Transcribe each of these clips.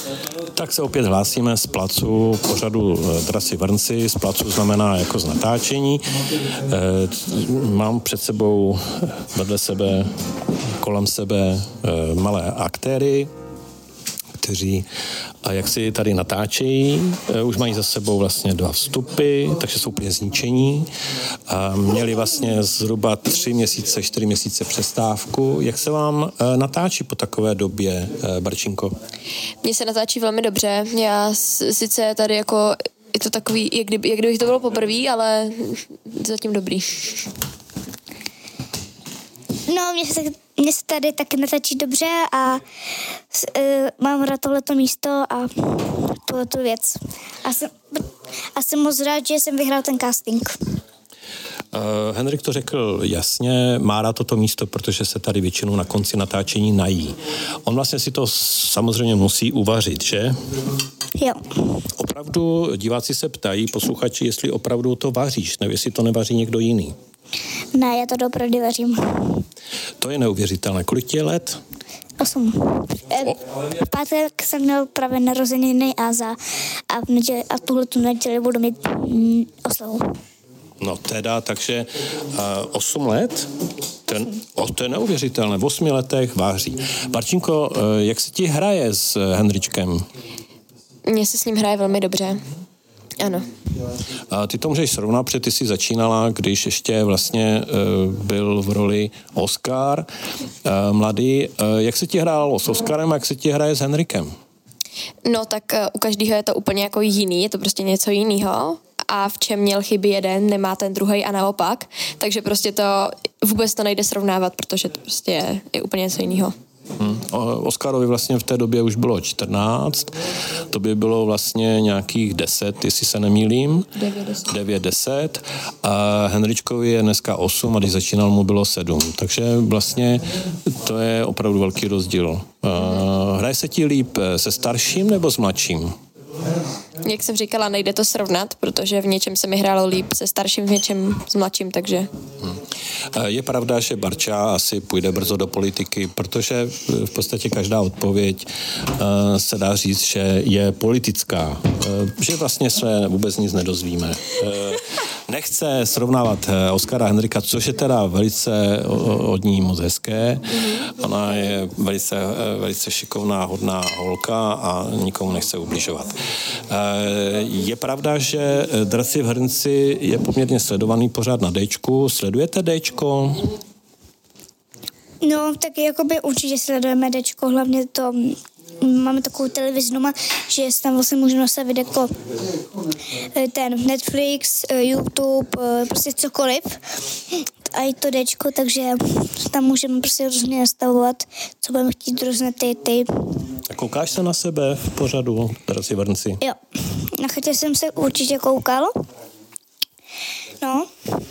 Tak se opět hlásíme z placu pořadu Drazí vrhnci. Z placu znamená jako z natáčení. Mám před sebou, vedle sebe, kolem sebe malé aktéry, kteří a jak si tady natáčejí, už mají za sebou vlastně 2 vstupy, takže jsou úplně zničení. A měli vlastně zhruba 3 měsíce, 4 měsíce přestávku. Jak se vám natáčí po takové době, Barčinko? Mně se natáčí velmi dobře. Já sice tady jako je to takový, jak kdybych to bylo poprvé, ale zatím dobrý. No, mně se tady taky natáčí dobře a mám rád tohleto místo a tuhletu věc. A jsem moc rád, že jsem vyhrál ten casting. Henrik to řekl jasně, má rád toto místo, protože se tady většinou na konci natáčení nají. On vlastně si to samozřejmě musí uvařit, že? Jo. Opravdu diváci se ptají, posluchači, jestli opravdu to vaříš, nebo jestli to nevaří někdo jiný. Ne, já to opravdu vařím. To je neuvěřitelné. Kolik ti je let? 8. V pátek jsem měl právě narozeniny a tuhletu neděli budu mít oslavu. No teda, takže 8 let, to je neuvěřitelné, v 8 letech váří. Barčinko, jak se ti hraje s Henričkem? Mně se s ním hraje velmi dobře. Ano. A ty to můžeš srovnat, protože ty jsi začínala, když ještě vlastně byl v roli Oskar mladý. Jak se ti hrálo s Oskarem a jak se ti hraje s Henrikem? No tak u každého je to úplně jako jiný, je to prostě něco jiného. A v čem měl chyby jeden, nemá ten druhý a naopak. Takže prostě to vůbec to nejde srovnávat, protože to prostě je úplně něco jiného. Oskarovi vlastně v té době už bylo 14, to by bylo vlastně nějakých 10, jestli se nemýlím. 9-10. A Henričkovi je dneska 8 a když začínal, mu bylo 7. Takže vlastně to je opravdu velký rozdíl. Hraje se ti líp se starším nebo s mladším? Jak jsem říkala, nejde to srovnat, protože v něčem se mi hrálo líp se starším, v něčem s mladším, takže... Je pravda, že Barča asi půjde brzo do politiky, protože v podstatě každá odpověď se dá říct, že je politická, že vlastně se vůbec nic nedozvíme. Nechce srovnávat Oskara a Henrika, což je teda velice od ní moc hezké. Ona je velice šikovná, hodná holka a nikomu nechce ubližovat. Je pravda, že Drazí vrhnci je poměrně sledovaný pořád na Dčku. Sledujete Dčko? No, tak jakoby určitě sledujeme Dčko, hlavně to máme takovou televizi doma, že tam vlastně můžeme nastavit jako ten Netflix, YouTube, prostě cokoliv. A i to Dčko, takže tam můžeme prostě různě nastavovat, co budeme chtít různé ty. A koukáš se na sebe v pořadu Drazí vrhnci? Jo, na Chatě jsem se určitě koukal. No.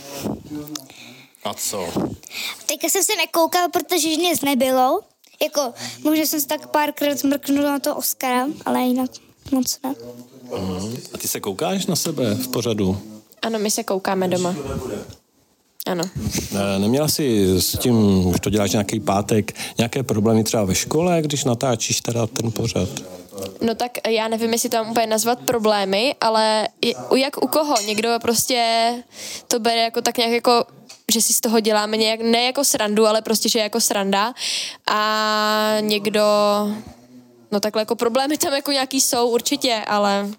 A co? Teďka jsem se nekoukal, protože nic nebylo. Jako, možná jsem se tak párkrát zmrknul na to Oscara, ale jinak moc ne. A ty se koukáš na sebe v pořadu? Ano, my se koukáme doma. Ano. Neměla jsi s tím, už to děláš nějaký pátek, nějaké problémy třeba ve škole, když natáčíš teda ten pořad? No tak já nevím, jestli to mám úplně nazvat problémy, ale jak u koho. Někdo prostě to bere jako tak nějak jako, že si z toho děláme nějak, ne jako srandu, ale prostě, že jako sranda. A někdo, no takhle jako problémy tam jako nějaký jsou určitě, ale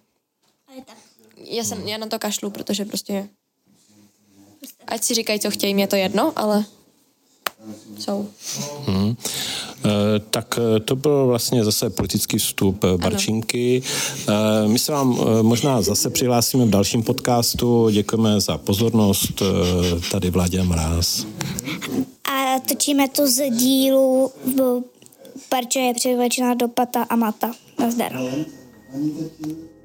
já na to kašlu, protože prostě ať si říkají, co chtějí, mě to jedno, ale jsou. Tak to byl vlastně zase politický vstup Barčinky. My se vám možná zase přihlásíme v dalším podcastu. Děkujeme za pozornost. Tady Vláďa Mráz. A točíme to z dílu Barča je převlečená do Pata a Mata. Nazdar.